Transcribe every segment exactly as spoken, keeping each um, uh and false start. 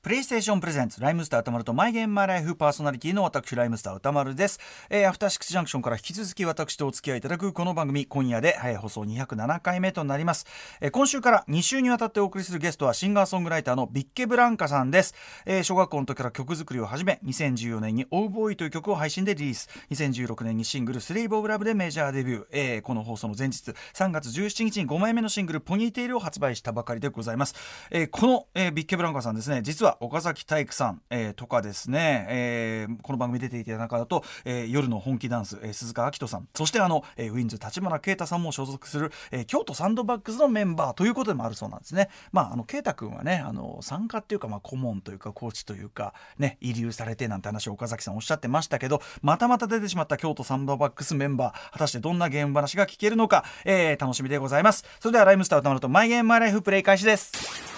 プレイステーションプレゼンツライムスター歌丸とマイゲームマイライフパーソナリティの私ライムスター歌丸です。えー、アフターシックスジャンクションから引き続き私とお付き合いいただくこの番組、今夜で、はい、放送にひゃくななかいめとなります。えー、今週からに週にわたってお送りするゲストはシンガーソングライターのビッケブランカさんです。えー、小学校の時から曲作りを始め、にせんじゅうよねんにオウボーイという曲を配信でリリース、にせんじゅうろくねんにシングルスレイブオブラブでメジャーデビュー、えー、この放送の前日さんがつじゅうしちにちにごまいめのシングルポニーテールを発売したばかりでございます。えー、この、えー、ビッケブランカさんですね、実は岡崎体育さん、えー、とかですね、えー、この番組出ていた中だと、えー、夜の本気ダンス、えー、鈴鹿明人さん、そしてあの、えー、ウィンズ立花啓太さんも所属する、えー、京都サンドバッグスのメンバーということでもあるそうなんですね。まああの啓太君はね、あの参加っていうか、まあ顧問というかコーチというかね、遺留されてなんて話を岡崎さんおっしゃってましたけど、またまた出てしまった京都サンドバッグスメンバー、果たしてどんなゲーム話が聞けるのか、えー、楽しみでございます。それではライムスター歌丸とマイゲームマイライフプレイ開始です。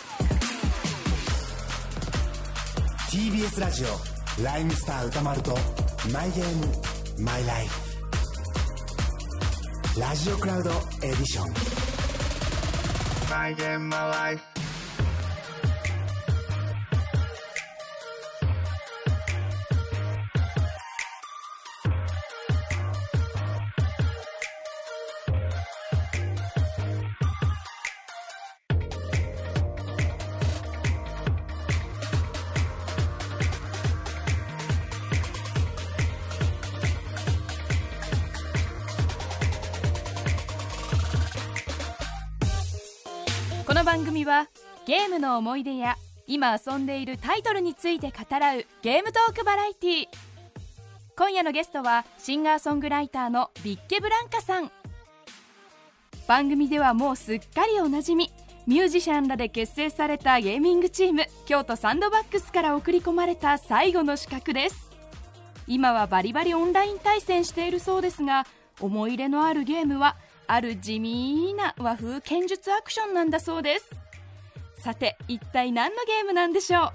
ティービーエス ラジオライムスター歌丸とマイゲームマイライフラジオクラウドエディションマイゲームマイライフ。 この番組はゲームの思い出や今遊んでいるタイトルについて語らうゲームトークバラエティー。今夜のゲストはシンガーソングライターのビッケブランカさん。番組ではもうすっかりおなじみ、ミュージシャンらで結成されたゲーミングチーム京都サンドバックスから送り込まれた最後の資格です。今はバリバリオンライン対戦しているそうですが、思い入れのあるゲームはある地味な和風剣術アクションなんだそうです。さて一体何のゲームなんでしょう。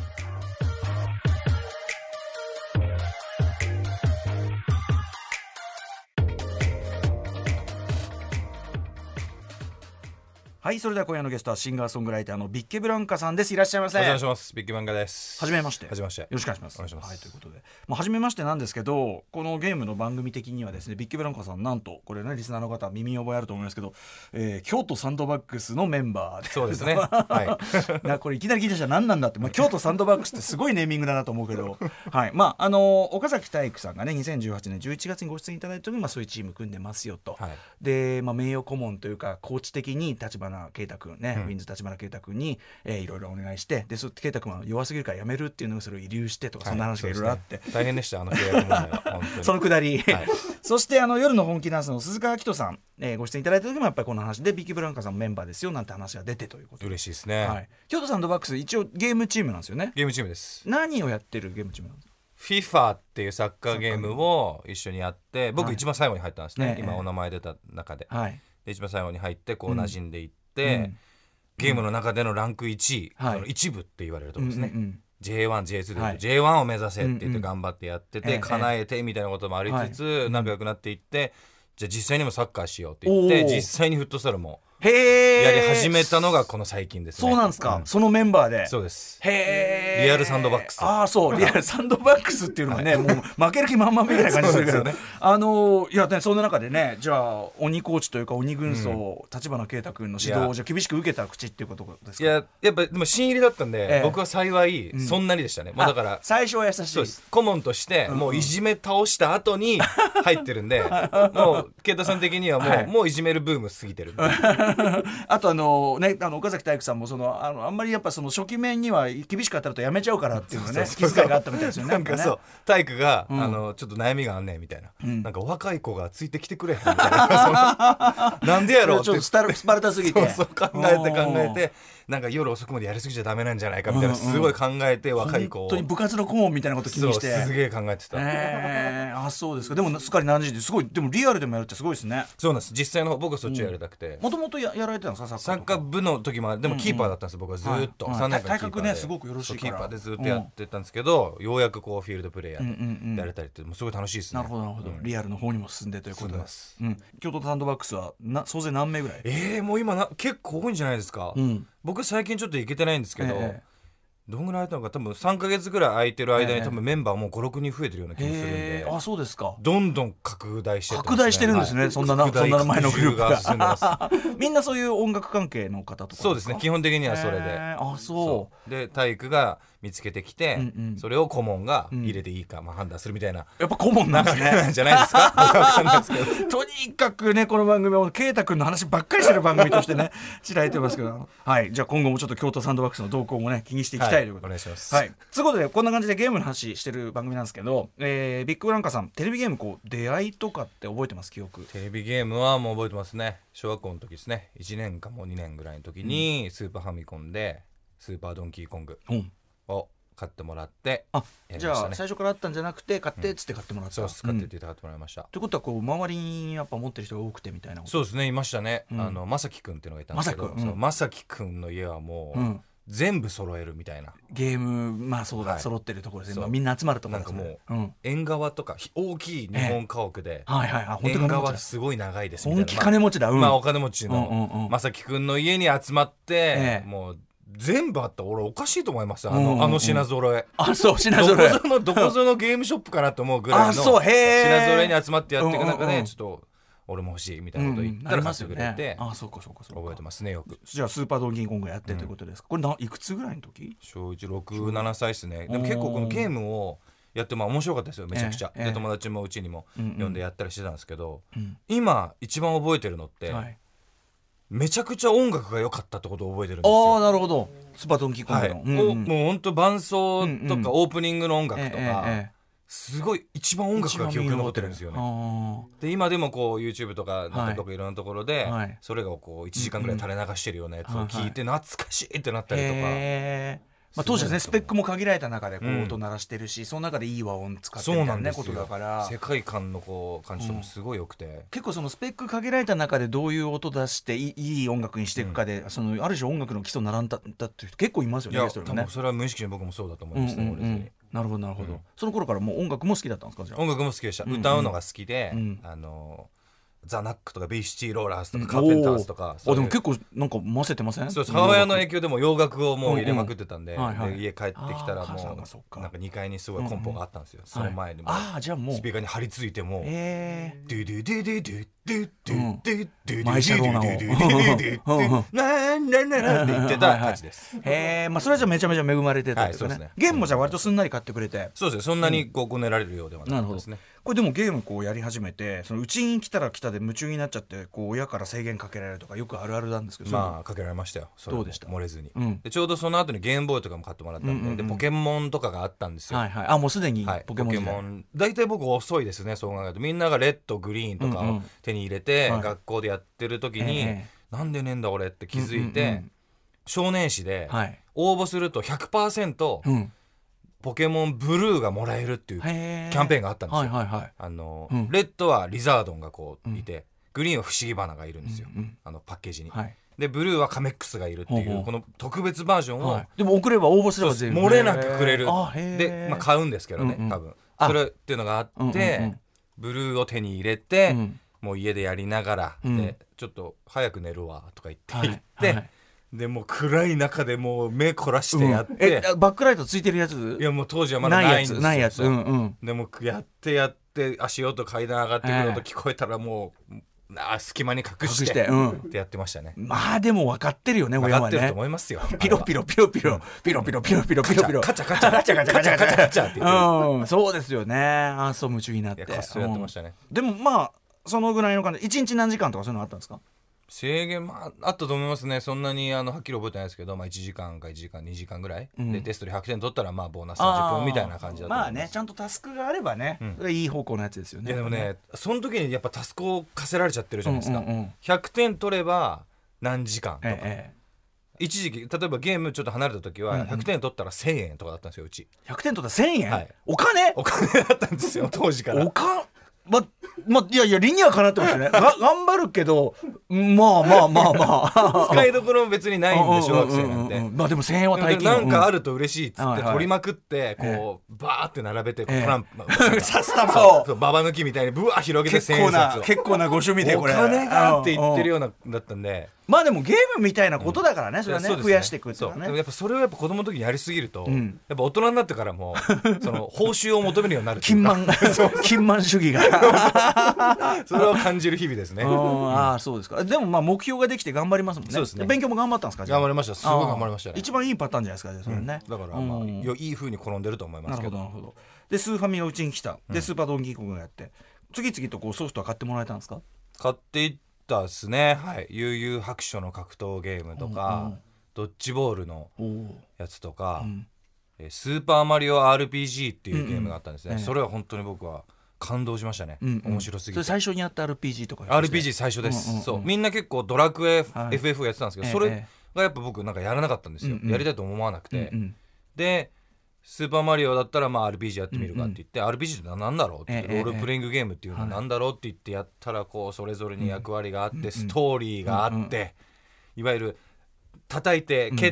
はい、それでは今夜のゲストはシンガーソングライターのビッケブランカさんです。いらっしゃいませ。 お願いします。ビッケブランカです。 はじめまして。 はじめまして。よろしくお願いします。 お願いします。 はい、ということで、まあ、はじめましてなんですけど、このゲームの番組的にはですね、ビッケブランカさん、なんとこれね、リスナーの方耳覚えあると思いますけど、えー、京都サンドバッグスのメンバーで。 そうですね。はい。 なこれいきなり聞いた人は何なんだって、まあ、京都サンドバッグスってすごいネーミングだなと思うけど、はい、まああの岡崎体育さんがね、にせんじゅうはちねんじゅういちがつにご出演いただいた時に、まあそういうチーム組んでますよと。はい、で、まあ名誉顧問というかコーチ的に立花啓太君ね、うん、ウィンズ立花啓太君に、えー、いろいろお願いして、でそ啓太君は弱すぎるからやめるっていうのをそれを遺留してとか、はい、そんな話がいろいろあって、 ね、大変でしたあの契約問題は本当にそのくだり、はい、そしてあの夜の本気ダンスの鈴鹿明人さん、えー、ご出演いただいた時もやっぱりこの話でビッケブランカさんもメンバーですよなんて話が出てということで嬉しいですね。はい、 京都サンドバックス一応ゲームチームなんですよね。 ゲームチームです。 何をやってるゲームチームなんですか。 フィファ っていうサッカーゲームを一緒にやって、僕一番最後に入ったんですね、はい、今お名前出た中で、はい、で一番最後に入ってこう馴染んでいって、うん、ゲームの中でのランクいちい、うん、その一部って言われるところですね、うんうんうん、ジェイワン、ジェイツー で、はい、ジェイワン を目指せって言って頑張ってやってて、うんうん、叶えてみたいなこともありつつ、はい、仲良くなっていって、じゃあ実際にもサッカーしようって言って実際にフットサルもへやり始めたのがこの最近ですね。 そうなんですか、うん、そのメンバーで。 そうです。 へー、 リアルサンドバックス。 ああ、そう、リアルサンドバックスっていうのはね、もう負ける気満々みたいな感じするけど、ね、あのいやね、そんな中でね、じゃあ鬼コーチというか鬼軍曹、立花啓太君の指導をじゃ厳しく受けた口っていうことですか。 いや、やっぱでも新入りだったんで、えー、僕は幸いそんなにでしたね、うん、まあ、だから最初は優しい。 そうです。顧問としてもういじめ倒した後に入ってるんで、もう啓太さん的にはもう、はい、もういじめるブーム過ぎてるあとあのね、あの岡崎体育さんもその あのあんまりやっぱその初期面には厳しく当たるとやめちゃうからっていうのね、気遣いがあったみたいですよね。 なんかそう、体育が、うん、あのちょっと悩みがあんねんみたいな、うん、なんか若い子がついてきてくれへんみたいななんでやろうってちょっとスパルスパルタすぎてそうそう考えて考えて、なんか夜遅くまでやりすぎちゃダメなんじゃないかみたいな、すごい考えて、若い子を本当に部活の顧問みたいなこと気にして、 そうすげえ考えてた、 えー、あ、そうですか。でもすっかり馴染んですごい、でもリアルでもやるってすごいですね。 そうなんです。実際の僕はそっちをやりたくて、 もともとやられてたんですか、 サッカー部の時も。でもキーパーだったんです、僕はずっと、はい、さんねんかんキーパーで、体格ねすごくよろしいからキーパーでずっとやってたんですけど、うん、ようやくこうフィールドプレーヤーでやれたりってもうすごい楽しいですね。 なるほどなるほど、うん、リアルの方にも進んでということです。うん、京都サンドバックスはな総勢何名ぐらい。 えー、もう今な結構多いんじゃないですか、うん、僕最近ちょっと行けてないんですけど、えどんぐらい空いたのか多分さんかげつぐらい空いてる間に、えー、多分メンバーもうごろくにん増えてるような気もするんで、 えー、あそうですか。 どんどん拡大してってますね。 拡大してるんですね、はい、そんななそんな前のグループが進んでますみんなそういう音楽関係の方とか。 そうですね、基本的にはそれで、 えー、あそうで体育が見つけてきて、うんうん、それを顧問が入れていいか、まあ、判断するみたいな、 やっぱ顧問なんですねじゃないですかわかんないですけどとにかくねこの番組は圭太君の話ばっかりしてる番組としてね知られてますけど、はい、じゃあ今後もちょっと京都サンドバックスの動向もね気にしていきたいということで、 はい、お願いします。 はい、ということでこんな感じでゲームの話してる番組なんですけど、えー、ビッグブランカさんテレビゲームこう出会いとかって覚えてます？記憶。 テレビゲームはもう覚えてますね。小学校の時ですね、いちねんかもうにねんぐらいの時にスーパーファミコンでスーパードンキーコングを買ってもらって、 うん、あじゃあ最初からあったんじゃなくて買ってっつって買ってもらった、 うん、そう買ってって言って買ってもらいました、 うん、ということはこう周りにやっぱ持ってる人が多くてみたいなこと。 そうですね、いましたね、うん、あのまさきくんっていうのがいたんですけど、まさきくんの家はもう、うん全部揃えるみたいなゲーム、まあそうだ、はい、揃ってるところですね、まあ、みんな集まるところですね。 なんかもう、うん、縁側とか大きい日本家屋で、 えーはいはいはい、 縁側すごい長いですみたいな、 本気金持ちだ、うん、 まあお金持ちのまさきくんの家に集まって、えー、もう全部あった。俺おかしいと思います、あの、うんうん、あの品揃え。 あそう品揃えどこぞのどこぞのゲームショップかなと思うぐらいの品揃えに集まってやっていく中で、うんうん、ちょっと俺も欲しいみたいなこと言ったら買ってくれて、 あそうかそうかそうか覚えてますねよく。 じゃあスーパードンキーコングやってということですか、うん、これないくつぐらいの時？ 小いちろくななさいですね。でも結構このゲームをやってまあ面白かったですよめちゃくちゃ、えー、で友達もうちにも呼んでやったりしてたんですけど、うんうん、今一番覚えてるのって、はい、めちゃくちゃ音楽が良かったってことを覚えてるんですよ。 ああなるほど、スーパードンキーコングの、はいうんうん、もう本当伴奏とかオープニングの音楽とか、うんうんえーえーすごい一番音楽が記憶に残ってるんですよね。で今でもこう YouTube とかなんとかいろんなところで、はい、それがこういちじかんぐらい垂れ流してるようなやつを聞いて懐かしいってなったりとか、 へまあ、当時はねスペックも限られた中でこう音鳴らしてるし、うん、その中でいい和音使ってみたいな、ね、ことだから世界観のこう感じともすごい良くて、うん、 結構そのスペック限られた中でどういう音出してい い, いい音楽にしていくかで、うん、そのある種音楽の基礎を習んだっていう人結構いますよね。 いや多分それは無意識に僕もそうだと思いますね、うんうんうん、 なるほどなるほど、うん、その頃からもう音楽も好きだったんですか？じゃあ音楽も好きでした、うんうん、歌うのが好きで、うん、あのザ・ナックとかビーシティ・ローラーズとかカーペンターズとか、 あでも結構なんか混ぜてません？ そう母親の影響でも洋楽をもう入れまくってたんで、うんうんはいはい、で家帰ってきたらもうなんかにかいにすごいコンポがあったんですよ、うんうん、その前にも、はい、あじゃあもうスピーカーに張り付いてもえー、 ドゥドゥドゥドゥドゥドゥドゥドゥドゥマイシャローナをナンナンナンって言ってた感じです。 へえ、まあそれはじゃあめちゃめちゃ恵まれてたんですね、はい、ねゲームもじゃあ割とすんなり買ってくれて、 そうですね、そんなにこうこねられるようではなかったですね。 これでもゲームこうやり始めてそのうちに来たら来たで夢中になっちゃってこう親から制限かけられるとかよくあるあるなんですけど、 まあかけられましたよ。それどうでした？ 漏れずに、 うん、 でちょうどその後にゲームボーイとかも買ってもらったんで、うんうんうん、でポケモンとかがあったんですよ、 はいはい、あもうすでにポケモン、はい、 ポケモン大体僕遅いですね。そう考えるとみんながレッドグリーンとかを手に入れて、うんうん、学校でやってる時に、はいなんでねえんだ俺って気づいて、うんうんうん、少年誌で応募すると ひゃくパーセント、うんポケモンブルーがもらえるっていうキャンペーンがあったんですよ、はいはいはい、あのうん、レッドはリザードンがこういて、うん、グリーンは不思議花がいるんですよ、うんうん、あのパッケージに、はい、でブルーはカメックスがいるっていう、うんうん、この特別バージョンを、はい、 でも送れば応募すれば全部漏れなくくれるで、まあ、買うんですけどね、うんうん、多分それっていうのがあって、うんうんうん、ブルーを手に入れて、うん、もう家でやりながら、うん、でちょっと早く寝るわとか言って言って、はいはいでもう暗い中でもう目凝らしてやって、うん、えバックライトついてるやつ？ いやもう当時はまだないんですよ。 ないやつ、ないやつ、うんうん、 でもやってやって足音階段上がってくる音聞こえたらもう、えー、あ隙間に隠して、うん、ってやってましたね。 まあでも分かってるよね親はね。 分かってると思いますよ。 ピロピロピロピロピロピロピロピロピロピロカチャカチャカチャカチャカチャカチャカチャって言って、 うん、そうですよね。あそう夢中になって。 いやカスやってましたね、 うん、でもまあそのぐらいの感じいちにち何時間とかそういうのあったんですか？ 制限、まあ、あったと思いますね。そんなにあのはっきり覚えてないですけど、まあ、いちじかんかいちじかんにじかんぐらい、うん、でテストでひゃくてん取ったらまあボーナスさんじゅっぷんみたいな感じだと思います。 まあねちゃんとタスクがあればね、うん、いい方向のやつですよね。 いやでもねその時にやっぱタスクを課せられちゃってるじゃないですか、うんうんうん、ひゃくてん取れば何時間とか、ええ、一時期例えばゲームちょっと離れた時はひゃくてん取ったらせんえんとかだったんですようち。 ひゃくてん取ったらせんえん、はい、お金お金だったんですよ当時から。 お金まま、いやいや理にはかなってますねが頑張るけどまあまあまあまあ使いどころも別にないんで小学生なんで、 まあでもせんえんは大金なんかあると嬉しいっつって取りまくってこうバーって並べてトランプサスタバをババ抜きみたいにブワー広げてせんえん札を結構なご趣味でこれお金がって言ってるようなだったんでまあでもゲームみたいなことだからね、うん、それはね、増やしていくっていうのはね。 でもやっぱそれをやっぱ子供の時にやりすぎると、うん、やっぱ大人になってからもその報酬を求めるようになるっていうか金満金満主義がそれを感じる日々ですね。 ああそうですか。でもまあ目標ができて頑張りますもんね。 そうですね。 勉強も頑張ったんですか。 頑張りました。すごい頑張りましたね。 一番いいパターンじゃないですかね、それね、 うん、だからまあ、うん、いい風に転んでると思いますけど。 なるほどなるほど。でスーファミがうちに来た。でスーパードンキーコングがやって、次々とこうソフトは買ってもらえたんですか。 買っていったですね。はい。悠々白書の格闘ゲームとか、うんうん、ドッジボールのやつとか、うん、スーパーマリオ アールピージー っていうゲームがあったんですね、うんうん、それは本当に僕は感動しましたね、うんうん、面白すぎて。 それ最初にやった アールピージー とか、ね、 アールピージー 最初です、うんうんうん、そうみんな結構ドラクエ、はい、エフエフ をやってたんですけど、それがやっぱ僕なんかやらなかったんですよ、うんうん、やりたいと思わなくて、うんうん、でスーパーマリオだったらまあ アールピージー やってみるかって言って、うんうん、アールピージー って何だろうって言って、ロールプレイングゲームっていうのは何だろうって言ってやったら、こうそれぞれに役割があって、うん、ストーリーがあって、うんうん、いわゆる叩いて蹴って、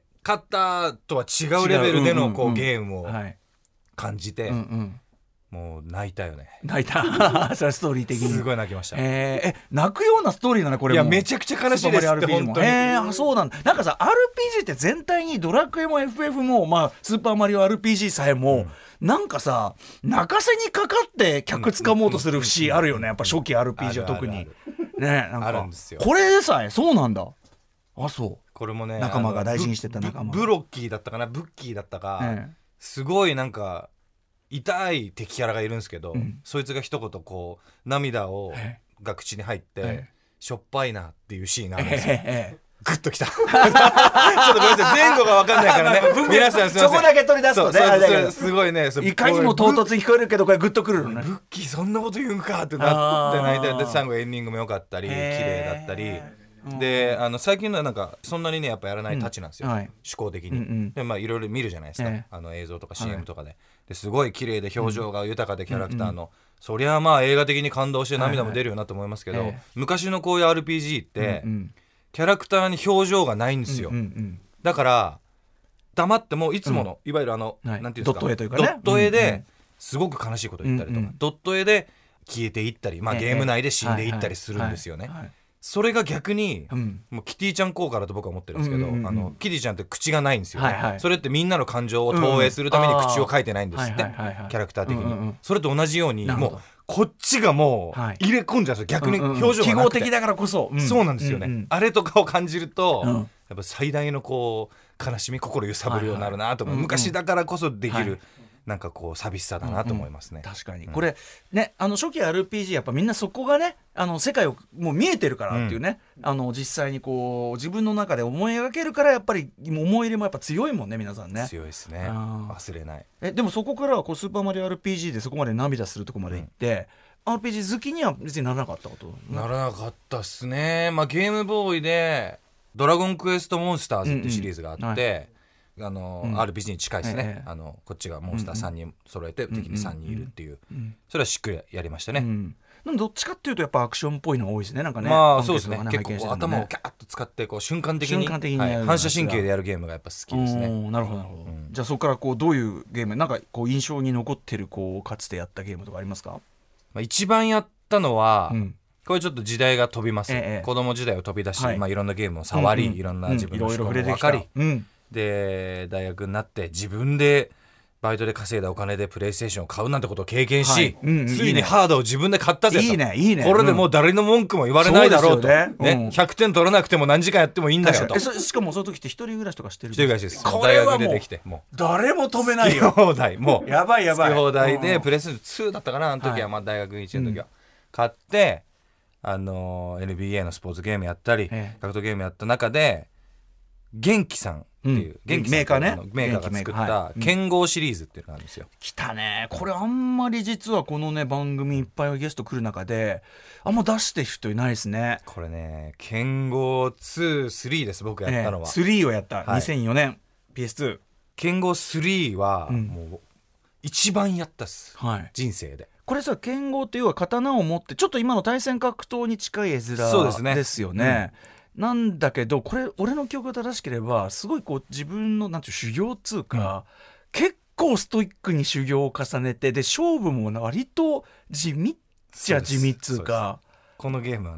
うん、勝ったとは違うレベルでのこうゲームを感じて、うんうん、もう泣いたよね。 泣いたそれはストーリー的にすごい泣きました。 えー、え泣くようなストーリーなのこれも。 いやめちゃくちゃ悲しいですって本当に。 えー、あそうなんだ。なんかさ アールピージー って全体にドラクエも エフエフ も、まあ、スーパーマリオ アールピージー さえも、うん、なんかさ泣かせにかかって客つかもうとする節あるよね、やっぱ初期 アールピージー は特にね。なんかあるんですよ。 これでさえそうなんだ。あそうこれもね仲間が大事にしてた仲間ブ, ブロッキーだったかなブッキーだったか、ええ、すごいなんか痛い敵キャラがいるんですけど、うん、そいつが一言こう涙を、ええ、が口に入って、ええ、しょっぱいなっていうシーンがあるんですよ、ええ、グッときたちょっとごめんなさい前後が分かんないからね皆さんすいませんそこだけ取り出すとねそうそうすごいねいかにも唐突に聞こえるけどこれグッとくるのね。 ブッキーそんなこと言うんかってなって泣いて、で最後エンディングも良かったり綺麗だったりであの最近のはなんかそんなにねやっぱやらないタッチなんですよ、うんはい、趣向的に、うんうん、でまあいろいろ見るじゃないですか、えー、あの映像とか シーエム とかで、はい、ですごい綺麗で表情が豊かでキャラクターの、うんうん、そりゃまあ映画的に感動して涙も出るよなと思いますけど、はいはいえー、昔のこういう アールピージー って、うんうん、キャラクターに表情がないんですよ、うんうんうん、だから黙ってもいつもの、うん、いわゆるあの、はい、なんていうんですかドット絵というかねドット絵ですごく悲しいこと言ったりとか、うんうん、ドット絵で消えていったり、まあ、ゲーム内で死んでいったりするんですよね、はいはいはいはい、それが逆に、うん、もうキティちゃん効果だと僕は思ってるんですけど、うんうんうん、あのキティちゃんって口がないんですよ、ねはいはい、それってみんなの感情を投影するために口を描いてないんですって、うん、キャラクター的に、うんうんうん、それと同じようにもうこっちがもう入れ込んじゃうんですよ、逆に表情がなくて、うんうん、記号的だからこそ、 うん、そうなんですよね、うんうん、あれとかを感じると、うん、やっぱ最大のこう悲しみ心揺さぶるようになるなと思う、はいはい、昔だからこそできる、はい、なんかこう寂しさだなと思いますね、 うんうん、確かに、うん、これねあの初期 アールピージー やっぱみんなそこがねあの世界をもう見えてるからっていうね、うん、あの実際にこう自分の中で思い描けるからやっぱり思い入れもやっぱ強いもんね皆さんね。 強いですね、忘れない。 えでもそこからはこうスーパーマリオ アールピージー でそこまで涙するとこまで行って、うん、アールピージー 好きには別にならなかったこと、 ならなかったっすね、まあ、ゲームボーイでドラゴンクエストモンスターズってシリーズがあって、うんうんはいあのうん、アールピージー に近いですね、ええ、あのこっちがモンスターさんにん揃えて、うんうん、敵にさんにんいるっていう、うんうん、それはしっくりやりましたね、うん、 でもどっちかっていうとやっぱアクションっぽいのが多いですねなんかね。 まあそうですね結構こう頭をキャッと使ってこう瞬間的に、瞬間的に、はい、反射神経でやるゲームがやっぱ好きですね。 なるほどなるほど、うん、じゃあそこからこうどういうゲームなんかこう印象に残ってるこうかつてやったゲームとかありますか。 まあ、一番やったのは、うんこれちょっと時代が飛びます、ええ、子供時代を飛び出し、はいまあ、いろんなゲームを触り、うんうん、いろんな自分の思考も分かり、うん、で大学になって自分でバイトで稼いだお金でプレイステーションを買うなんてことを経験し、はいうんうん、ついにハードを自分で買ったぜといいねいいねこれでもう誰の文句も言われないだろうと、ねねうん、ひゃくてん取らなくても何時間やってもいいんだよと。 しかもその時って一人暮らしとかしてる一人暮らしです。 これはもう大学出てきてもう誰も止めないよ。 好き放題もうやばいやばい好き放題でプレイステーションツーだったかなあの時はまあ大学いちねんの時は、はい、買ってあのー、エヌビーエー のスポーツゲームやったり、ええ、格闘ゲームやった中で元気さんっていう、うん、元気さんメーカーねメーカーが作った剣豪シリーズっていうのがあるんですよ。 来たねこれあんまり実はこのね番組いっぱいゲスト来る中であんま出してる人いないですね。 これね剣豪ツー、スリーです僕やったのは、 ええ、スリーをやった、はい、にせんよねん ピーエスツー剣豪スリーはもう一番やったっす、うん、人生で。 これさ剣豪っていうのは刀を持ってちょっと今の対戦格闘に近い絵面ですよね。なんだけどこれ俺の記憶が正しければすごいこう自分のなんていう修行っつうか、うん、結構ストイックに修行を重ねてで勝負も割と地味っちゃ地味っつうかこのゲームはね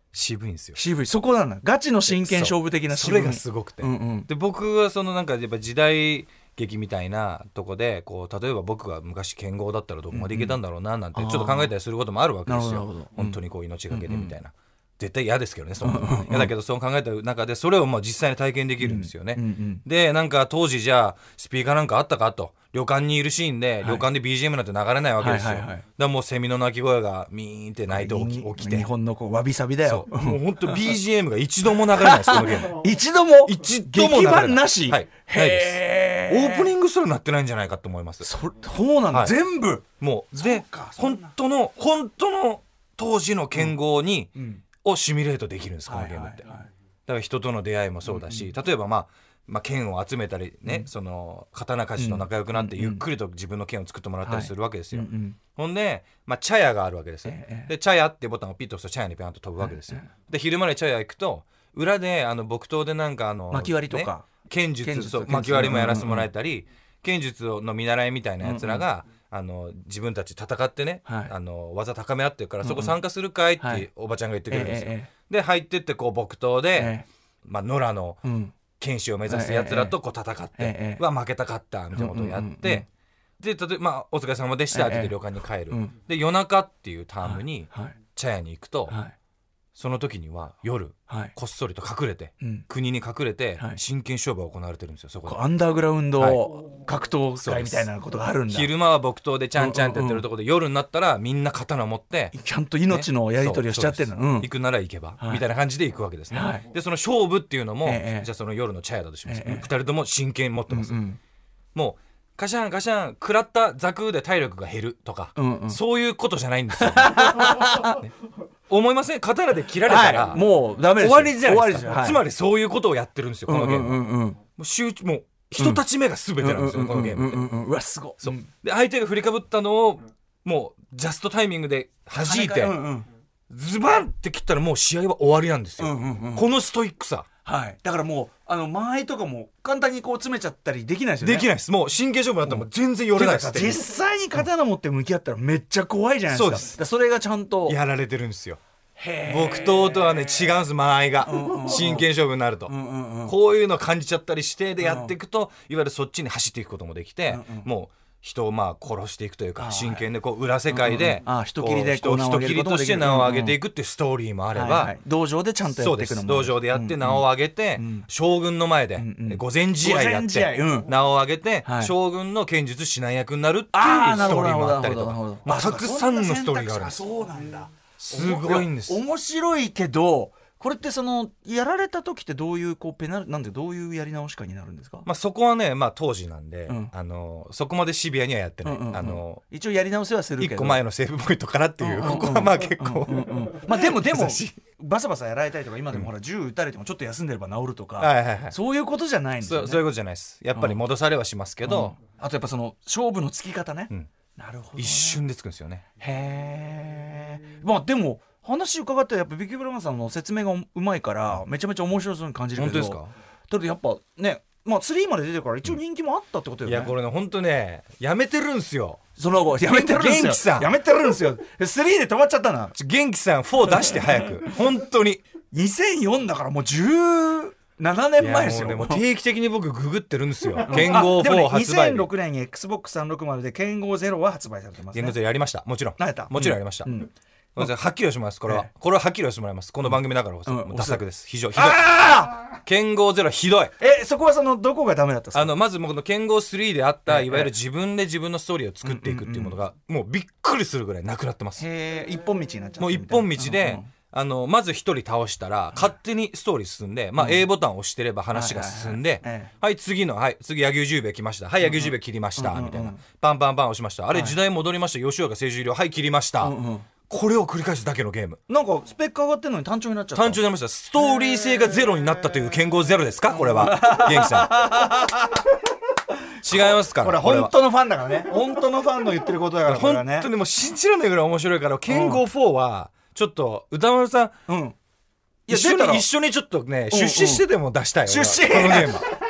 渋いんですよ。 渋い、そこなんだ、ガチの真剣勝負的な渋い。 それがすごくて、 うんうん、 で僕はそのなんかやっぱ時代劇みたいなとこでこう例えば僕が昔剣豪だったらどこまでいけたんだろうななんてちょっと考えたりすることもあるわけですよ、うん、本当にこう命がけでみたいな、うんうん、絶対嫌ですけどねその嫌だけどそう考えた中でそれをまあ実際に体験できるんですよね、うんうんうん、でなんか当時じゃあスピーカーなんかあったかと旅館にいるシーンで、はい、旅館で ビージーエム なんて流れないわけですよ、はいはいはい、だからもうセミの鳴き声がミーンって鳴いて起き、起きて日本のこうわびさびだよ。 もう本当 ビージーエム が一度も流れないですこのゲーム一度も一度も流れない劇版なし、 はい、ないです。オープニングすらなってないんじゃないかと思います。 そそうなんだ、はい、全部もうで本当の本当の当時の剣豪に、うん、をシミュレートできるんです、このゲームって、はいはいはい、だから人との出会いもそうだし、うんうん、例えばまあまあ、剣を集めたりね、うん、その刀鍛冶と仲良くなってゆっくりと自分の剣を作ってもらったりするわけですよ、はいうんうん、ほんで、まあ、茶屋があるわけですよ、ええ、で茶屋ってボタンをピッと押すと茶屋にピャンと飛ぶわけですよ、ええ、で昼間で茶屋行くと裏であの木刀でなんかあの巻き割りとか、ね、 剣術、剣術そう巻き割りもやらせてもらえたり、うんうん、剣術の見習いみたいなやつらが、うんうん、あの自分たち戦ってね、はい、あの技高め合ってるから、うんうん、そこ参加するかいっておばちゃんが言ってくるんですよ、はいええ、で入ってってこう木刀で、ええまあ、野良の、うん剣士を目指すやつらとこう戦って、ええ、は負けたかったみたいなことをやって、うんうんうん、で例えば、まあ、お疲れ様でしたって言って旅館に帰る、ええ、で夜中っていうタームに茶屋に行くと、はいはい、その時には夜、はい、こっそりと隠れて、うん、国に隠れて、はい、真剣勝負が行われてるんですよそこで。 アンダーグラウンド格闘会みたいなことがあるんだ。 昼間は木刀でチャンチャンってやってるところで、うんうんうん、夜になったらみんな刀持ってちゃんと命のやり取りをしちゃってるの、 ねうん、行くなら行けば、はい、みたいな感じで行くわけですね、はい、でその勝負っていうのも、ええ、じゃあその夜の茶屋だとします、ええ、ふたりとも真剣持ってます、うんうん、もうカシャンカシャン食らったザクで体力が減るとか、うんうん、そういうことじゃないんですよ、ね、思いません？刀で切られたら、はい、 もうダメです終わりじゃないですか、はい、つまりそういうことをやってるんですよこのゲーム、 うんうんうん、 もう集中もう人たち目が全てなんですよ、うん、このゲームって、 うんうんうんうん、うわすごいそうで相手が振りかぶったのをもうジャストタイミングで弾いて、うんうん、ズバンって切ったらもう試合は終わりなんですよ、うんうんうん、このストイックさ、 はい、だからもうあの間合いとかも簡単にこう詰めちゃったりできないですよね。 できないです。もう真剣勝負だったらもう全然寄れないです。 実際に刀持って向き合ったらめっちゃ怖いじゃないですか。そうです。だそれがちゃんとやられてるんですよ。木刀とはね違うんです間合いが、うんうんうん、真剣勝負になると、うんうんうん、こういうのを感じちゃったりしてでやっていくと、うん、いわゆるそっちに走っていくこともできて、うんうん、もう人をまあ殺していくというか真剣でこう裏世界で人切りで人切りとして名を上げていくっていうストーリーもあれば、はいはい、 道場でちゃんとやっていくのも道場でやって名を上げて、うんうん、将軍の前で御前試合やって、うん、名を上げて、はい、将軍の剣術指南役になるっていうストーリーもあったりとか、まあ、たくさんのストーリーがあるんです。 そうなんだ、 すごいんです。 面白いけどこれってそのやられた時ってどういうこうペナルなんでどういうやり直しかになるんですか？ まあ、そこはね、まあ、当時なんで、うん、あのそこまでシビアにはやってない、うんうんうん、あの一応やり直せはするけどいっこまえのセーブポイントからっていう、うんうんうん、ここはまあ結構、うんうんうん、 まあでもでもバサバサやられたりとか今でもほら銃撃たれてもちょっと休んでれば治るとか、はいはいはい、そういうことじゃないんですよね。 そ う, そういうことじゃないです。やっぱり戻されはしますけど、うん、 あとやっぱその勝負のつき方ね、うん、なるほど、ね、 一瞬でつくんですよね。 へえ。まあでも話伺ったらやっぱビッキーブラウンさんの説明がうまいからめちゃめちゃ面白そうに感じるけど。 本当ですか？ だってやっぱね、まあ、スリーまで出てるから一応人気もあったってことよね、 うん、いやこれね本当ねやめてるんすよ。 その後やめてるんすよ。 元気さんやめてるんすよ。スリーで止まっちゃったな。 元気さんフォー出して早く本当ににせんよんだからもうじゅうななねんまえですよ。 いやもうね、もう定期的に僕ググってるんですよ。剣豪フォー発売、ね、 にせんろくねんに エックスボックスさんびゃくろくじゅう で剣豪ゼロは発売されてますね。 剣豪ゼロやりました。もちろん何やったもちろんやりました、うんうんはっきりしますこれは、ええ、これははっきりしてもらいます。この番組だからこそ、うん、ダ作です。非常ひどい。剣豪ゼロひどい。 えそこはそのどこがダメだったんですか？ あのまずもうこの剣豪スリーであった、ええ、いわゆる自分で自分のストーリーを作っていくっていうものが、うんうんうん、もうびっくりするぐらいなくなってます。 へ一本道になっちゃった。 もう一本道で、うんうん、あのまず一人倒したら勝手にストーリー進んで、まあ、A ボタンを押してれば話が進んで、はいはいはい、はい次の、はい、次柳生十兵衛来ました、はい柳生十兵衛切りました、うんうん、みたいなパンパンパン押しました、あれ時代戻りました、吉岡清十郎はい切りました、うんうんこれを繰り返すだけのゲーム。 なんかスペック上がってるのに単調になっちゃった。 単調になりました。ストーリー性がゼロになったという剣豪ゼロですかこれは元気さん違いますから。 これ本当のファンだからね。本当のファンの言ってることだからこれはね。 本当にもう信じられないぐらい面白いから剣豪フォーはちょっと歌丸さん、うん、一緒に一緒にちょっとね出資してでも出したいよ、 出資このゲーム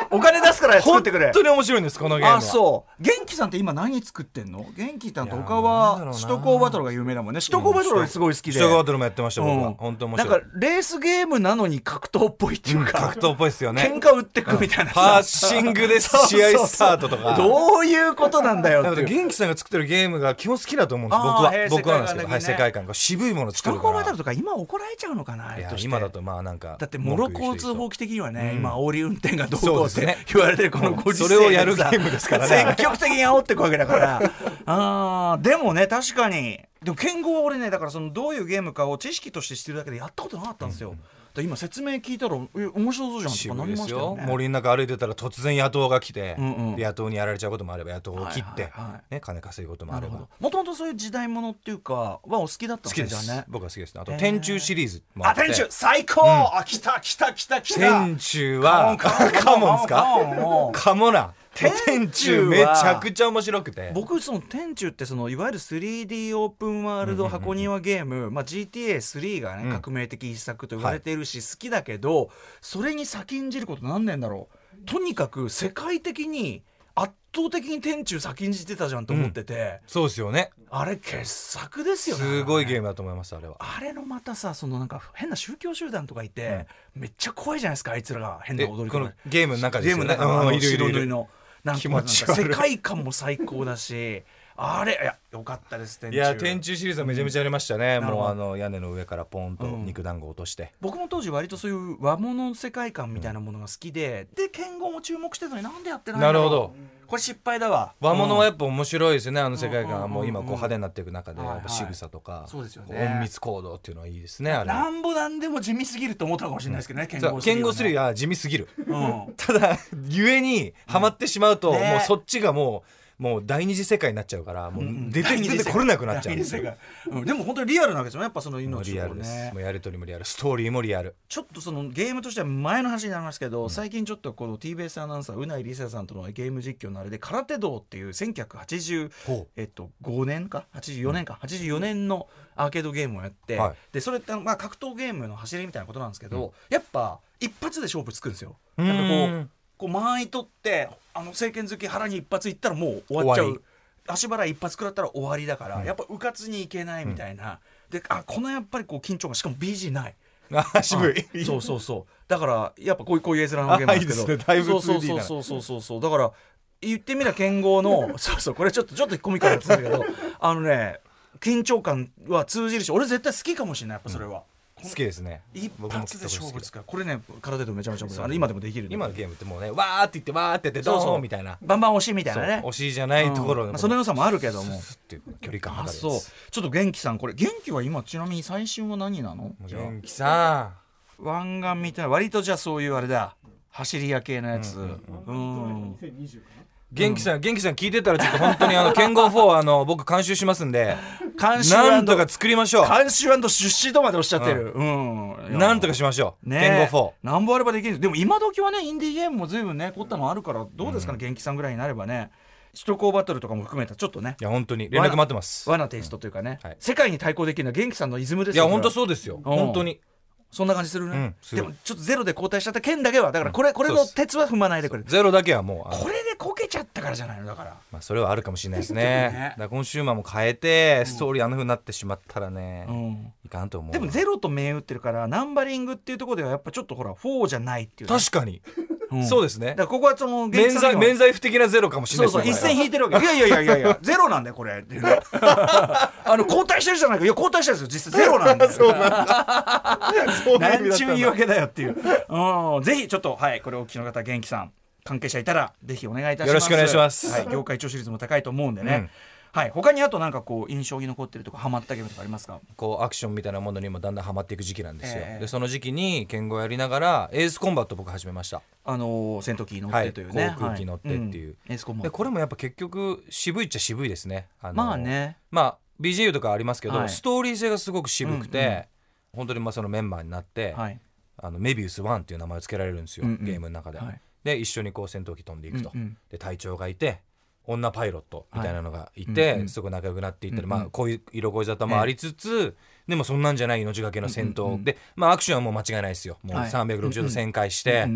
お金出すから作ってくれ。 本当に面白いんですこのゲームは。 あ、そう元気さんって今何作ってんの？元気さんと他は首都高バトルが有名だもんね。首都高バトルすごい好きで、 首都高バトルもやってました僕は、 うん、 本当面白い。 なんかレースゲームなのに格闘っぽいっていうか、 うん、格闘っぽいですよね。 喧嘩売ってくみたいな、 パッシングで試合スタートとかどういうことなんだよっていう。 元気さんが作ってるゲームが基本好きだと思うんです僕は。僕はなんですけど、はい、世界観が渋いもの作るから。 首都高バトルとか今怒られちゃうのかな。 いや今だとまあなんかだってもろ交通法規的にはね、 うん、 今煽り運転がどうこうって言われてるこのご時世、 それをやるゲームですからね。 積極的に煽っていくわけだからあでもね確かにでも剣豪は俺ねだからそのどういうゲームかを知識として知ってるだけでやったことなかったんですよ、うん、だ今説明聞いたらえ面白そうじゃんとかなりましたよね。 森の中歩いてたら突然野党が来て、うんうん、野党にやられちゃうこともあれば野党を切って、はいはいはいね、金稼ぐこともあれば。 もともとそういう時代ものっていうかはお好きだったんですか？じゃあね僕は好きですね。あと天柱シリーズもあって、 あ天柱最高、うん、あ来た来た来た来た。 天柱はカモンですか？カモな天柱めちゃくちゃ面白くて、 僕その天柱ってそのいわゆる スリーディー オープンワールド箱庭ゲーム、うんうんうんまあ、ジーティーエースリー がね、うん、革命的一作と言われているし、はい、好きだけどそれに先んじること何年だろう。とにかく世界的に圧倒的に天柱先んじてたじゃんと思ってて、うん、 そうですよね。 あれ傑作ですよね。 すごいゲームだと思いますあれは。 あれのまたさそのなんか変な宗教集団とかいて、うん、めっちゃ怖いじゃないですかあいつらが変な踊りとか。 このゲームの中ですよね。 ゲームの中のいるいるいるのなんかなんか世界観も最高だしあれいやよかったです天柱。 いや天柱シリーズはめちゃめちゃありましたね、うん、もうあの屋根の上からポンと肉団子落として、うん、 僕も当時割とそういう和物世界観みたいなものが好きで、うん、で剣豪も注目してたのになんでやってないんだろう。 なるほどこれ失敗だわ。 和物はやっぱ面白いですねあの世界観は。もう今こう派手になっていく中でやっぱ仕草とか隠密行動っていうのはいいですね。あれなんぼなんでも地味すぎると思ったかもしれないですけどね、剣豪剣豪スリーは地味すぎる、うん、ただゆえにハマってしまうと、うんね、もうそっちがもうもう第二次世界になっちゃうからもう出て出てこれなくなっちゃうんですよ、 うん、でも本当にリアルなわけですよねやっぱその命を、ね、 リアルです。もうやり取りもリアルストーリーもリアル。 ちょっとそのゲームとしては前の話になりますけど、うん、最近ちょっとこの ティービーエス アナウンサーうないりささんとのゲーム実況のあれで空手道っていうせんきゅうひゃくはちじゅうごねんかはちじゅうよねんか、うん、はちじゅうよねんのアーケードゲームをやって、はい、でそれってまあ格闘ゲームの走りみたいなことなんですけど、うん、やっぱ一発で勝負つくんですよ。なんかこうこう間合い取ってあの政権好き腹に一発いったらもう終わっちゃう。足払い一発食らったら終わりだから、うん、やっぱうかつにいけないみたいな、うん、であこのやっぱりこう緊張感しかも ビージー ないあ渋いそうそうそうだからやっぱこういうこういう絵面のゲームなんですけど、いいですね、だいぶ ツーディー だな。そうそうそうそうそうだから言ってみりゃ剣豪のそうそうこれちょっとちょっとコミカルなんですけどあのね緊張感は通じるし俺絶対好きかもしれないやっぱそれは、うん、 好きですね。 一発で勝負つかこれね空手道めちゃめちゃ面白い。あれ今でもできる。 今のゲームってもうねわーって言ってわーってやってドーンみたいなバンバン押しみたいなね押しじゃないところ、 うんまあ、その良さもあるけどもっていう距離感があるやつ。 そうちょっと元気さんこれ元気は今ちなみに最新は何なの？ 元気さん湾岸みたいな割とじゃあそういうあれだ走り屋系のやつ、うんうんうん、 元気さん、うん、元気さん聞いてたらちょっと本当にあの剣豪フォーあの僕監修しますんで監修なんとか作りましょう。 監修&出資とまでおっしゃってる、うんうん、なんとかしましょう、ね、剣豪フォーなんぼあればできるんです。でも今時はねインディーゲームも随分ね凝ったのあるからどうですかね、うん、元気さんぐらいになればね首都高バトルとかも含めたちょっとねいや本当に連絡待ってます。 和なテイストというかね、うんはい、世界に対抗できるのは元気さんのイズムですよ。いや本当そうですよ、うん、本当にそんな感じするね、うん、すでもちょっとゼロで交代しちゃった件だけはだからこれ、うん、これの鉄は踏まないでくれ。 ゼロだけはもうこれでこけちゃったからじゃないのだから、 まあ、それはあるかもしれないですねねだからコンシューマーも変えてストーリーあんな風になってしまったらね、うん、いかんと思う。 でもゼロと銘打ってるからナンバリングっていうところではやっぱちょっとほらフォーじゃないっていう、 ね、確かにうん、そうですね。 だからここはその免罪免罪符的なゼロかもしれないですね。 そうそう一線引いてるわけ。いやいやいやいやいやゼロなんだよこれあの交代してるじゃないか。いや交代してるんですよ実際ゼロなんだよそうなんだなんちゅう言い訳だよっていう、うん、ぜひちょっとはいこれお聞きの方元気さん関係者いたらぜひお願いいたします。 よろしくお願いします、 はい、業界聴取率も高いと思うんでね、うんはい、他にあとなんかこう印象に残ってるとかハマったゲームとかありますか？ こうアクションみたいなものにもだんだんハマっていく時期なんですよ、えー、でその時期に剣豪やりながらエースコンバット僕始めました。 あのー、戦闘機乗ってというね、 はい、航空機乗ってっていう、 はいうん、エースコンバットでこれもやっぱ結局渋いっちゃ渋いですね。あのー、 まあねまあ ビージーユー とかありますけど、はい、ストーリー性がすごく渋くて、うんうん、本当にまあそのメンバーになって、はい、あのメビウスワンっていう名前を付けられるんですよ、うんうん、ゲームの中で、はい、で一緒にこう戦闘機飛んでいくと、うんうん、で隊長がいて女パイロットみたいなのがいて、はいうんうん、すごい仲良くなっていったり、うんうんまあ、こういう色恋沙汰もありつつ、ええ、でもそんなんじゃない命がけの戦闘、うんうんうん、で、まあ、アクションはもう間違いないですよ。もうさんびゃくろくじゅうど旋回して、はい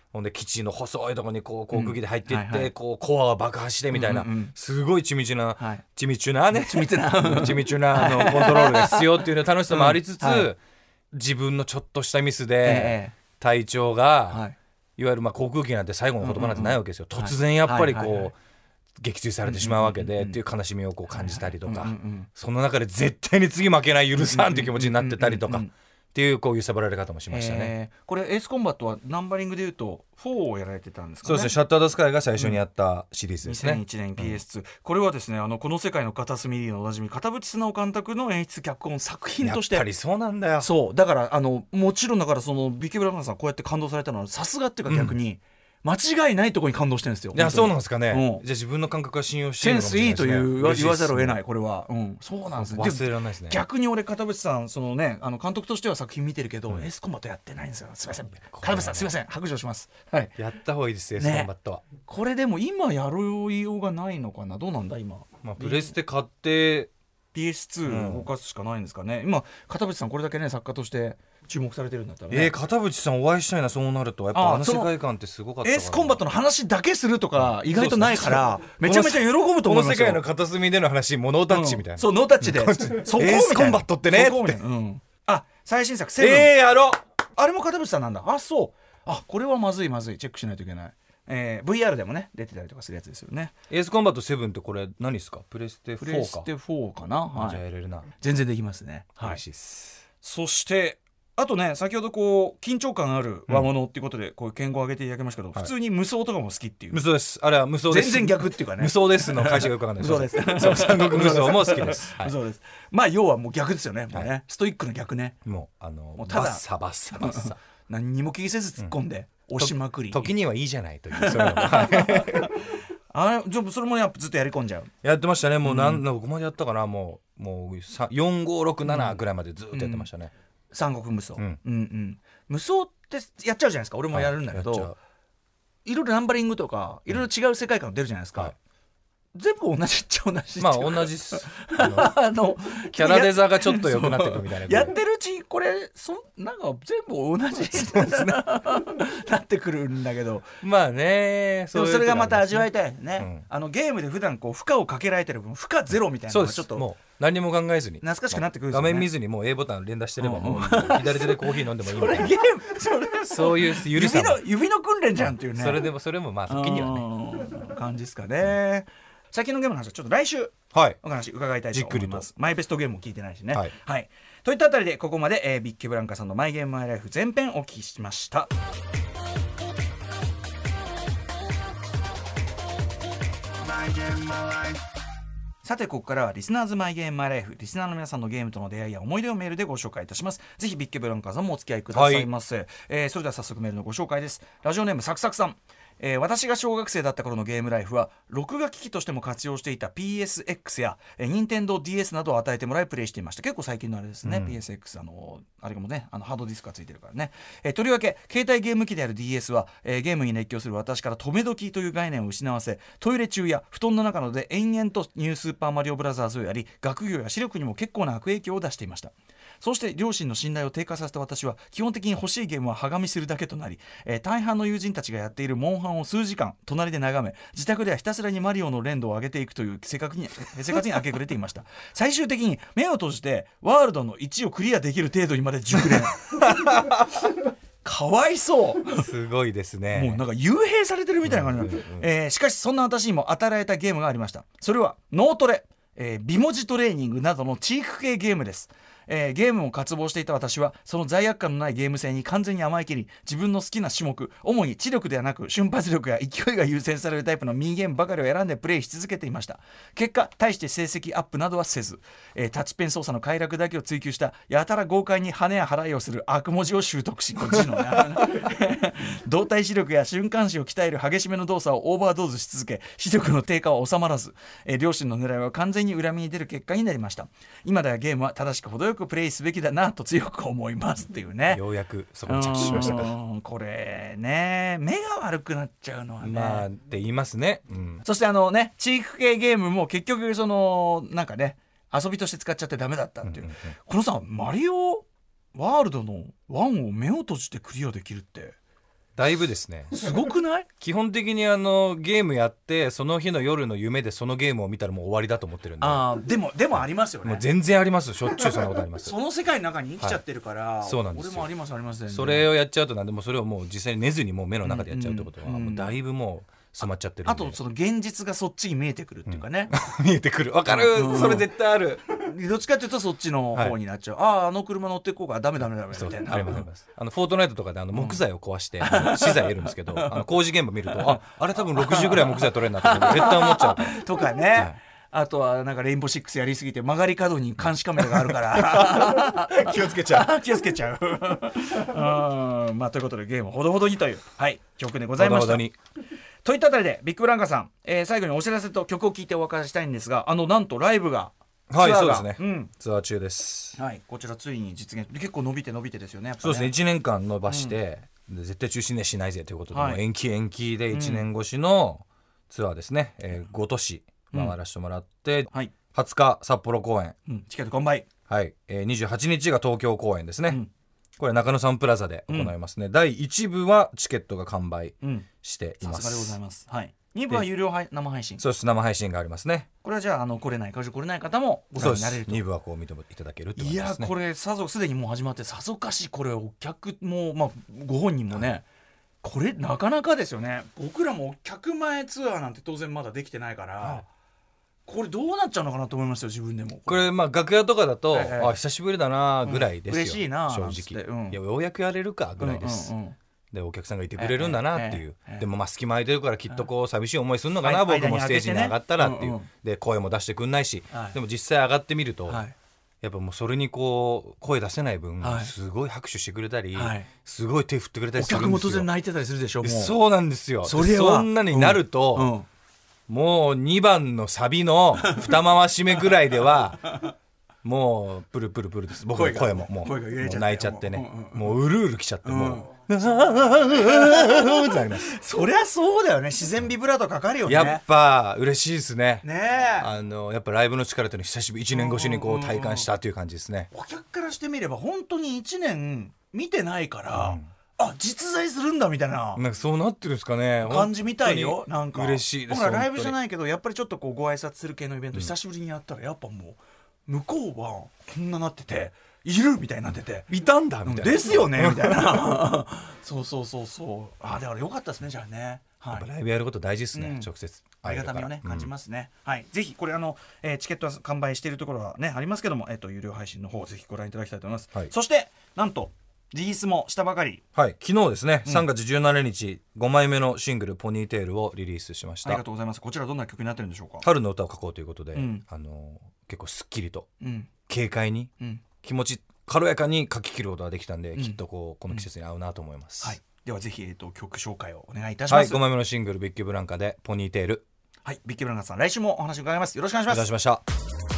ほんで基地の細いところにこう航空機で入っていって、 うんはいはい、 こうコアを爆破してみたいな、うんうんうん、すごい緻密な、 はい、 緻密なね緻密な緻密なあのコントロールが必要っていうの楽しさもありつつ、うんはい、自分のちょっとしたミスで隊長が、はい、いわゆるまあ航空機なんて最後の言葉なんてないわけですよ、うんうんうん、突然やっぱりこう、はいはいはいはい、撃墜されてしまうわけで、うんうんうん、っていう悲しみをこう感じたりとか、うんうんうん、その中で絶対に次負けない許さんっていう気持ちになってたりとか、うんうんうんうん、っていうこう揺さぶられ方もしましたね、 えー、これエースコンバットはナンバリングでいうとフォーをやられてたんですかね。 そうですね、シャッター・ダ・スカイが最初にやったシリーズですね、 うん、にせんいちねん ピーエスツー、うん、これはですねあのこの世界の片隅におなじみ片渕直監督の演出脚本作品としてやっぱりそうなんだよ。 そうだからあのもちろんだからそのビッケブラマンさんこうやって感動されたのはさすがっていうか逆に、うん間違いないところに感動してるんですよ。 いやそうなんですかね、うん、じゃあ自分の感覚が信用してるのかもしれないですね。 センスいいという言わざるを得ないこれは、うん、そうなんですよ。 忘れられないですね。 逆に俺片渕さんそのねあの監督としては作品見てるけど、うん、エースコンバットやってないんですよ。すいません片渕さんすいません白状します、はい、 やった方がいいですエースコンバットは、ね、 これでも今やろいようがないのかな。どうなんだ今、 まあ、プレステ買ってピーエスツー 動かすしかないんですかね、うん、今片渕さんこれだけね作家として注目されてるんだったらね。 えー、片渕さんお会いしたいな。そうなるとやっぱあの世界観ってすごかったから。 エースコンバットの話だけするとか意外とないからめちゃめちゃ喜ぶと思いますよ。 この世界の片隅での話もうノータッチみたいな、うん、 そうノータッチでそこエースコンバットってねって、 うん、あ最新作セブン、 えー、やろあれも片渕さんなんだ。あそうあこれはまずいまずいチェックしないといけない、えー、ブイアール でもね出てたりとかするやつですよね。 エースコンバットセブンってこれ何ですか。プレステフォーか。 プレステフォーかな、はい、 じゃあやれるな。 全然できますね、 はい、嬉しいです。 そしてあとね先ほどこう緊張感ある和物っていうことでこういう言語を挙げていただきましたけど、うん、普通に無双とかも好きっていう。 無双です。あれは無双です。 全然逆っていうかね無双ですの会社がよくわかんない無双です三国無双も好きです、はい、 無双です。まあ要はもう逆ですよね、もうね、 はい、 ストイックの逆ね。 もうあのもうただバッサバッサバッサ何にも気にせず突っ込んで、うん、押しまくり時にはいいじゃないというそれはあれそれもやっぱずっとやり込んじゃう。 やってましたね。もう何、うん、どこまでやったかな。もうもうよんごろくななぐらいまでずっとやってましたね、うん三国無双、 うんうんうん、無双ってやっちゃうじゃないですか。俺もやるんだけど、はい、いろいろナンバリングとかいろいろ違う世界観出るじゃないですか、はい、全部同じっちゃ同じ。 まあ同じっすあのキャラデザがちょっと良くなっていくみたいな。 やってるうちこれそなんか全部同じなってくるんだけどまあね。 でもそれがまた味わいたいね、うん、あのゲームで普段こう負荷をかけられてる分負荷ゼロみたいなのがちょっともう何も考えずに懐かしくなってくるんですよね。 画面見ずにもう A ボタン連打してればもう左手でコーヒー飲んでもいいみたいなそれゲームそれそういうゆるさも指の指の訓練じゃんっていうね。 それでもそれもまあ時にはね感じですかね。先のゲームの話はちょっと来週お話伺いたいと思います。マイベストゲームも聞いてないしね、はいはい、といったあたりでここまで、えー、ビッケブランカさんのマイゲームマイライフ前編お聞きしました。さてここからはリスナーズマイゲームマイライフ、リスナーの皆さんのゲームとの出会いや思い出をメールでご紹介いたします。ぜひビッケブランカさんもお付き合いくださいませ、はい、えー、それでは早速メールのご紹介です。ラジオネームサクサクさん、えー、私が小学生だった頃のゲームライフは録画機器としても活用していた ピーエスエックス や、えー、ニンテンドー ディーエス などを与えてもらいプレイしていました。結構最近のあれですね、うん、ピーエスエックス あのあれもねあのハードディスクがついてるからね、えー、とりわけ携帯ゲーム機である ディーエス は、えー、ゲームに熱狂する私から止め時という概念を失わせ、トイレ中や布団の中などで延々とニュースーパーマリオブラザーズをやり、学業や視力にも結構な悪影響を出していました。そうして両親の信頼を低下させた私は基本的に欲しいゲームははがみするだけとなり、えー、大半の友人たちがやっているモンハンを数時間隣で眺め、自宅ではひたすらにマリオの連動を上げていくという生活に生活に明け暮れていました。最終的に目を閉じてワールドのいちをクリアできる程度にまで熟練かわいそうすごいですね。 もうなんか幽閉されてるみたいな感じ、うんうんうん、えー、しかしそんな私にも与えられたゲームがありました。それは脳トレ、えー、美文字トレーニングなどのチーク系ゲームです。えー、ゲームを渇望していた私はその罪悪感のないゲーム性に完全に甘えきり、自分の好きな種目、主に知力ではなく瞬発力や勢いが優先されるタイプのミニゲームばかりを選んでプレイし続けていました。結果大して成績アップなどはせず、えー、タッチペン操作の快楽だけを追求したやたら豪快に羽や払いをする悪文字を習得し、こっちの動体視力や瞬間視を鍛える激しめの動作をオーバードーズし続け、視力の低下は収まらず、えー、両親の狙いは完全に恨みに出る結果になりました。今ではゲームは正しく程よくプレイすべきだなと強く思いますっていうね。 ようやくそこに着地しましたか。 これね目が悪くなっちゃうのはね、 まあって言いますね、うん、 そしてあのねチーク系ゲームも結局そのなんかね遊びとして使っちゃってダメだったっていう、うんうんうん、このさマリオワールドのワンを目を閉じてクリアできるってだいぶですね。 すごくない？ 基本的にあのゲームやってその日の夜の夢でそのゲームを見たらもう終わりだと思ってるんで。 あでもでもありますよね。 もう全然あります。しょっちゅうそんなことあります。 その世界の中に生きちゃってるから、はい、 そうなんですよ。 俺もありますあります、ね、 それをやっちゃうとなんでもそれをもう実際に寝ずにもう目の中でやっちゃうってことは、うんうん、もうだいぶもう染まっちゃってるんで。 あとその現実がそっちに見えてくるっていうかね、 うん、見えてくる。わかる、うん、それ絶対ある。 どっちかっていうとそっちの方になっちゃう、はい、あああの車乗っていこうかダメダメダメみたいな。 ありますあります。あのフォートナイトとかであの木材を壊して、うん、資材得るんですけどあの工事現場見るとああれ多分ろくじゅうぐらい木材取れるなって絶対思っちゃうとかね、はい、あとはなんかレインボーシックスやりすぎて曲がり角に監視カメラがあるから気をつけちゃう気をつけちゃううん、まあ、ということでゲームほどほどにという、はい、曲でございました。ほどほどにといったあたりでビッグブランカさん、えー、最後にお知らせと曲を聴いてお別れしたいんですが、あのなんとライブがはいそうですね、うん、ツアー中です、 はい、こちらついに実現結構伸びて伸びてですよ ね, やっぱね。 そうですねいちねんかん伸ばして、うん、で絶対中止にはしないぜということで、はい、延期延期でいちねん越しのツアーですね、うんえー、ご都市回らせてもらって、うんはい、はつか札幌公演、 うん、チケット完売、 はいえー、にじゅうはちにちが東京公演ですね、うん、これ中野サンプラザで行いますね、うん、だいいち部はチケットが完売しています、 さすがでございます、はい、に部は有料生配信。 そうです生配信がありますね。 これはじゃあ、あの来れない会場来れない方もご覧になれると。 に部はこう見ていただけるってことですね。 いやこれさぞすでにもう始まってさぞかしこれお客も、まあ、ご本人もね、はい、これなかなかですよね。僕らも客前ツアーなんて当然まだできてないから、はい、これどうなっちゃうのかなと思いますよ自分でも。 これまあ楽屋とかだと、ええ、あ久しぶりだなぐらいですよ、 うん、嬉しいな正直、うん、いやようやくやれるかぐらいです、うんうんうんでお客さんがいてくれるんだなっていう、ええええ、でもまあ隙間空いてるからきっとこう寂しい思いするのかな、はい、僕もステージに上がったらっていう、ねうんうん、で声も出してくんないし、はい、でも実際上がってみると、はい、やっぱもうそれにこう声出せない分、はい、すごい拍手してくれたり、はい、すごい手振ってくれたりするんですよ。お客も当然泣いてたりするでしょ。もうそうなんですよ。 そ, そんなになると、うんうん、もうにばんのサビの二回し目ぐらいではもうプルプルプルです。僕の声ももう、声が揺れちゃってもう泣いちゃってね、うんうん、もううるうるきちゃって、うん、もうそりゃそうだよね。自然ビブラートかかるよね。やっぱ嬉しいですね。ねえあのやっぱライブの力というのを久しぶりいちねん越しにこう体感したという感じですね。お客からしてみれば本当にいちねん見てないから、うん、あ実在するんだみたいな、なんかそうなってるんですかね感じみたいよ。なんか嬉しいです。ほらライブじゃないけどやっぱりちょっとこうご挨拶する系のイベント久しぶりにやったらやっぱもう向こうはこんななってているみたいになってていたんだみたいなですよねみたいなそうそうそうそうあだからよかったですねじゃあね、はい、やっぱライブやること大事ですね、うん、直接ありがたみをね感じますね、うん、はいぜひこれあの、えー、チケットは完売しているところはねありますけども、えー、と有料配信の方ぜひご覧いただきたいと思います、はい、そしてなんとリリースもしたばかり、はい、昨日ですね、うん、さんがつじゅうしちにちごまいめのシングルポニーテールをリリースしました。ありがとうございます。こちらどんな曲になってるんでしょうか。春の歌を書こうということで、うん、あの結構すっきりと、うん、軽快に、うん、気持ち軽やかに書き切ることができたんで、うん、きっとこうこの季節に合うなと思います、うんはい、ではぜひ、えー、と曲紹介をお願いいたします、はい、ごまいめのシングルビッキーブランカでポニーテール。はい、ビッキーブランカさん来週もお話伺います。よろしくお願いします。お願いしました。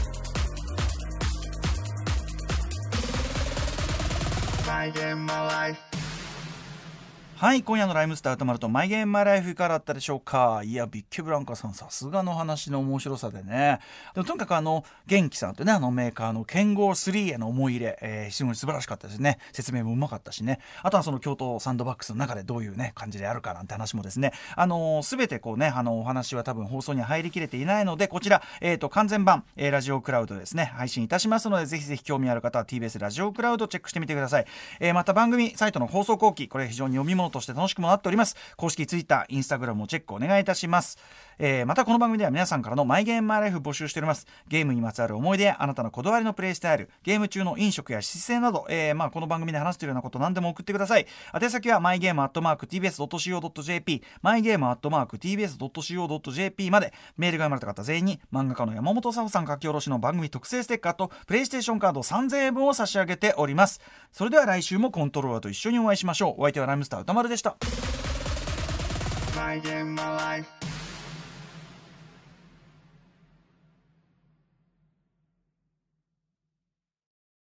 はい、今夜のライムスター歌丸とマイゲームマイライフいかがだったでしょうか。いやビッキーブランカさんさすがの話の面白さでね。でもとにかくあの元気さんとねあのメーカーの剣豪スリーへの思い入れ、えー、非常に素晴らしかったですね。説明もうまかったしね。あとはその京都サンドバックスの中でどういうね感じであるかなんて話もですねあのー、全てこうねあのお話は多分放送に入りきれていないのでこちら、えー、と完全版、えー、ラジオクラウドですね配信いたしますのでぜひぜひ興味ある方は ティービーエス ラジオクラウドチェックしてみてください、えー、また番組サイトの放送後期これ非常に読み物として楽しくもなっております。公式ツイッター、インスタグラムもチェックお願いいたします、えー、またこの番組では皆さんからのマイゲームマイライフ募集しております。ゲームにまつわる思い出やあなたのこだわりのプレイスタイルゲーム中の飲食や姿勢など、えーまあ、この番組で話しているようなこと何でも送ってください。宛先はマイゲームアットマーク ティービーエスドットシーオードットジェーピー マイゲームアットマーク ティービーエスドットシーオードットジェーピー までメールが読まれた方全員に漫画家の山本沙帆さん書き下ろしの番組特製ステッカーとプレイステーションカードさんぜんえんぶんを差し上げております。それでは来週もコントローラーと一緒にお会いしましょう。お相手はライムスター歌丸でした。My game, my life